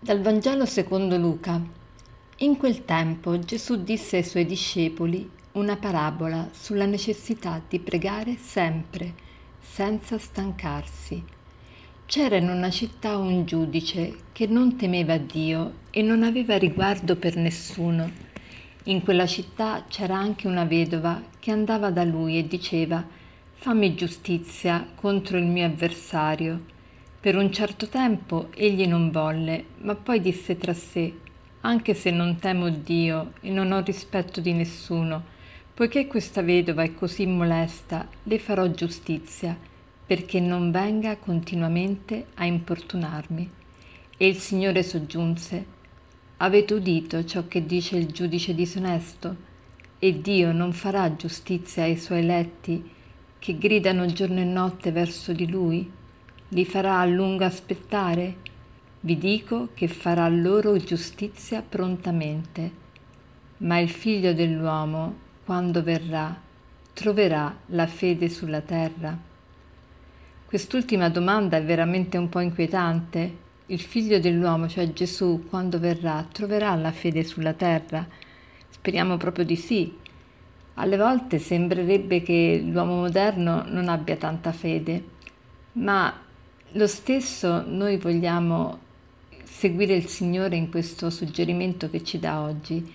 Dal Vangelo secondo Luca. In quel tempo Gesù disse ai suoi discepoli una parabola sulla necessità di pregare sempre, senza stancarsi. C'era in una città un giudice che non temeva Dio e non aveva riguardo per nessuno. In quella città c'era anche una vedova che andava da lui e diceva: «Fammi giustizia contro il mio avversario». Per un certo tempo egli non volle, ma poi disse tra sé: «Anche se non temo Dio e non ho rispetto di nessuno, poiché questa vedova è così molesta, le farò giustizia, perché non venga continuamente a importunarmi». E il Signore soggiunse: «Avete udito ciò che dice il giudice disonesto? E Dio non farà giustizia ai suoi eletti, che gridano giorno e notte verso di Lui? Li farà a lungo aspettare? Vi dico che farà loro giustizia prontamente. Ma il Figlio dell'uomo, quando verrà, troverà la fede sulla terra?» Quest'ultima domanda è veramente un po' inquietante. Il Figlio dell'uomo, cioè Gesù, quando verrà, troverà la fede sulla terra? Speriamo proprio di sì. Alle volte sembrerebbe che l'uomo moderno non abbia tanta fede, ma lo stesso noi vogliamo seguire il Signore in questo suggerimento che ci dà oggi.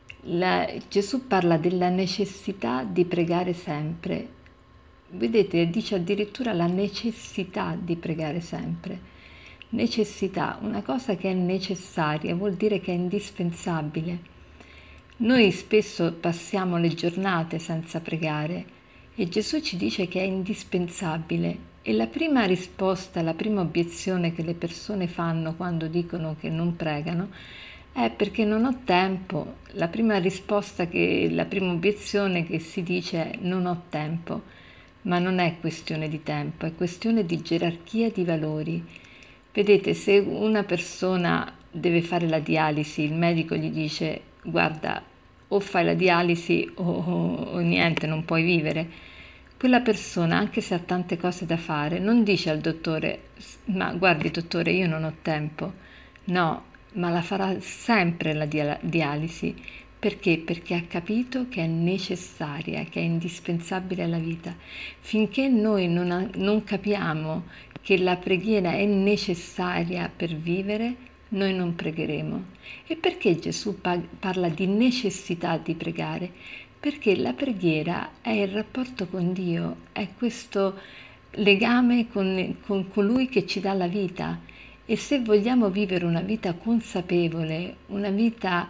Gesù parla della necessità di pregare sempre. Vedete, dice addirittura la necessità di pregare sempre. Necessità, una cosa che è necessaria, vuol dire che è indispensabile. Noi spesso passiamo le giornate senza pregare e Gesù ci dice che è indispensabile. E la prima risposta, la prima obiezione che le persone fanno quando dicono che non pregano è perché non ho tempo. La prima risposta, la prima obiezione che si dice è non ho tempo, ma non è questione di tempo, è questione di gerarchia di valori. Vedete, se una persona deve fare la dialisi, il medico gli dice: guarda, o fai la dialisi o niente, non puoi vivere. Quella persona, anche se ha tante cose da fare, non dice al dottore: ma guardi dottore, io non ho tempo. No, ma la farà sempre la dialisi. Perché? Perché ha capito che è necessaria, che è indispensabile alla vita. Finché noi non capiamo che la preghiera è necessaria per vivere, noi non pregheremo. E perché Gesù parla di necessità di pregare? Perché la preghiera è il rapporto con Dio, è questo legame con colui che ci dà la vita. E se vogliamo vivere una vita consapevole, una vita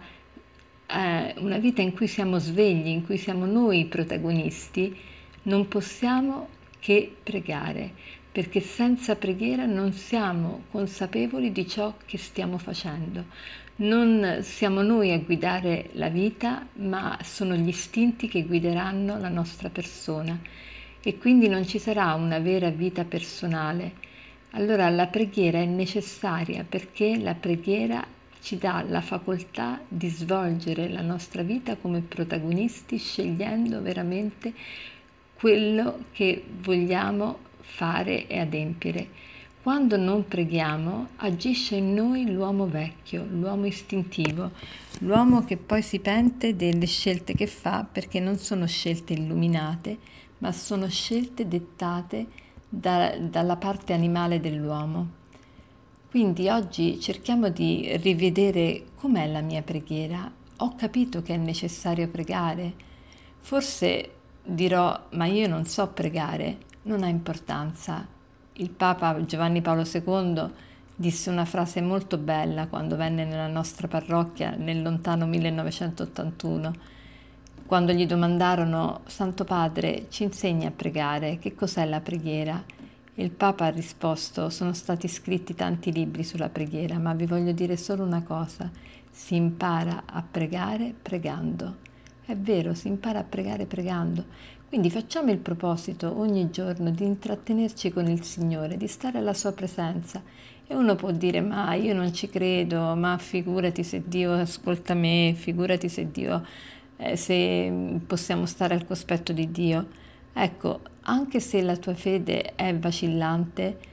in cui siamo svegli, in cui siamo noi i protagonisti, non possiamo che pregare, perché senza preghiera non siamo consapevoli di ciò che stiamo facendo. Non siamo noi a guidare la vita, ma sono gli istinti che guideranno la nostra persona e quindi non ci sarà una vera vita personale. Allora la preghiera è necessaria perché la preghiera ci dà la facoltà di svolgere la nostra vita come protagonisti, scegliendo veramente quello che vogliamo fare e adempiere. Quando non preghiamo, agisce in noi l'uomo vecchio, l'uomo istintivo, l'uomo che poi si pente delle scelte che fa perché non sono scelte illuminate, ma sono scelte dettate dalla parte animale dell'uomo. Quindi oggi cerchiamo di rivedere com'è la mia preghiera. Ho capito che è necessario pregare. Forse dirò: ma io non so pregare. Non ha importanza. Il Papa Giovanni Paolo II disse una frase molto bella quando venne nella nostra parrocchia nel lontano 1981, quando gli domandarono: Santo Padre, ci insegni a pregare, che cos'è la preghiera? E il Papa ha risposto: sono stati scritti tanti libri sulla preghiera, ma vi voglio dire solo una cosa: si impara a pregare pregando. È vero, si impara a pregare pregando. Quindi facciamo il proposito ogni giorno di intrattenerci con il Signore, di stare alla sua presenza. E uno può dire: ma io non ci credo, ma figurati se Dio ascolta me, figurati se Dio, se possiamo stare al cospetto di Dio. Ecco, anche se la tua fede è vacillante,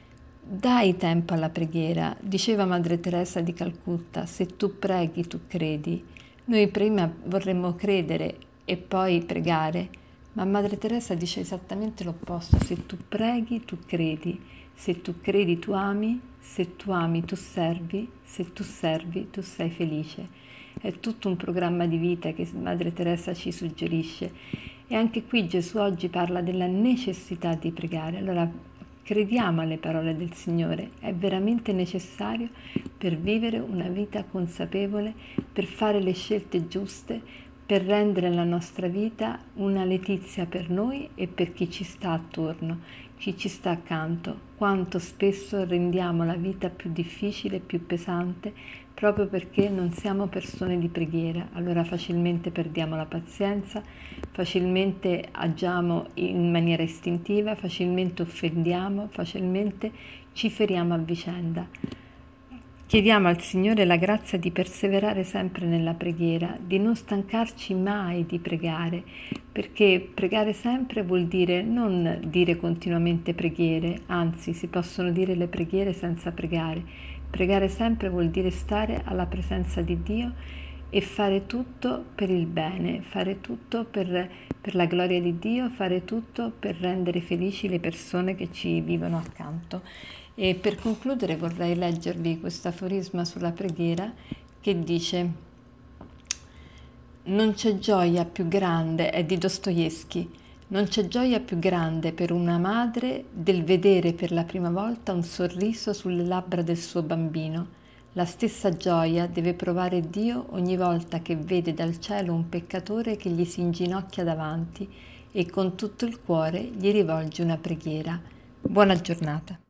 Dai tempo alla preghiera. Diceva Madre Teresa di Calcutta, se tu preghi, tu credi. Noi prima vorremmo credere e poi pregare, ma Madre Teresa dice esattamente l'opposto. Se tu preghi, tu credi. Se tu credi, tu ami. Se tu ami, tu servi. Se tu servi, tu sei felice. È tutto un programma di vita che Madre Teresa ci suggerisce. E anche qui Gesù oggi parla della necessità di pregare. Allora, crediamo alle parole del Signore, è veramente necessario per vivere una vita consapevole, per fare le scelte giuste, per rendere la nostra vita una letizia per noi e per chi ci sta attorno, chi ci sta accanto. Quanto spesso rendiamo la vita più difficile, più pesante, proprio perché non siamo persone di preghiera. Allora facilmente perdiamo la pazienza, facilmente agiamo in maniera istintiva, facilmente offendiamo, facilmente ci feriamo a vicenda. Chiediamo al Signore la grazia di perseverare sempre nella preghiera, di non stancarci mai di pregare, perché pregare sempre vuol dire non dire continuamente preghiere, anzi si possono dire le preghiere senza pregare. Pregare sempre vuol dire stare alla presenza di Dio e fare tutto per il bene, fare tutto per la gloria di Dio, fare tutto per rendere felici le persone che ci vivono accanto. E per concludere vorrei leggervi questo aforisma sulla preghiera che dice: non c'è gioia più grande, è di Dostoevskij, non c'è gioia più grande per una madre del vedere per la prima volta un sorriso sulle labbra del suo bambino. La stessa gioia deve provare Dio ogni volta che vede dal cielo un peccatore che gli si inginocchia davanti e con tutto il cuore gli rivolge una preghiera. Buona giornata.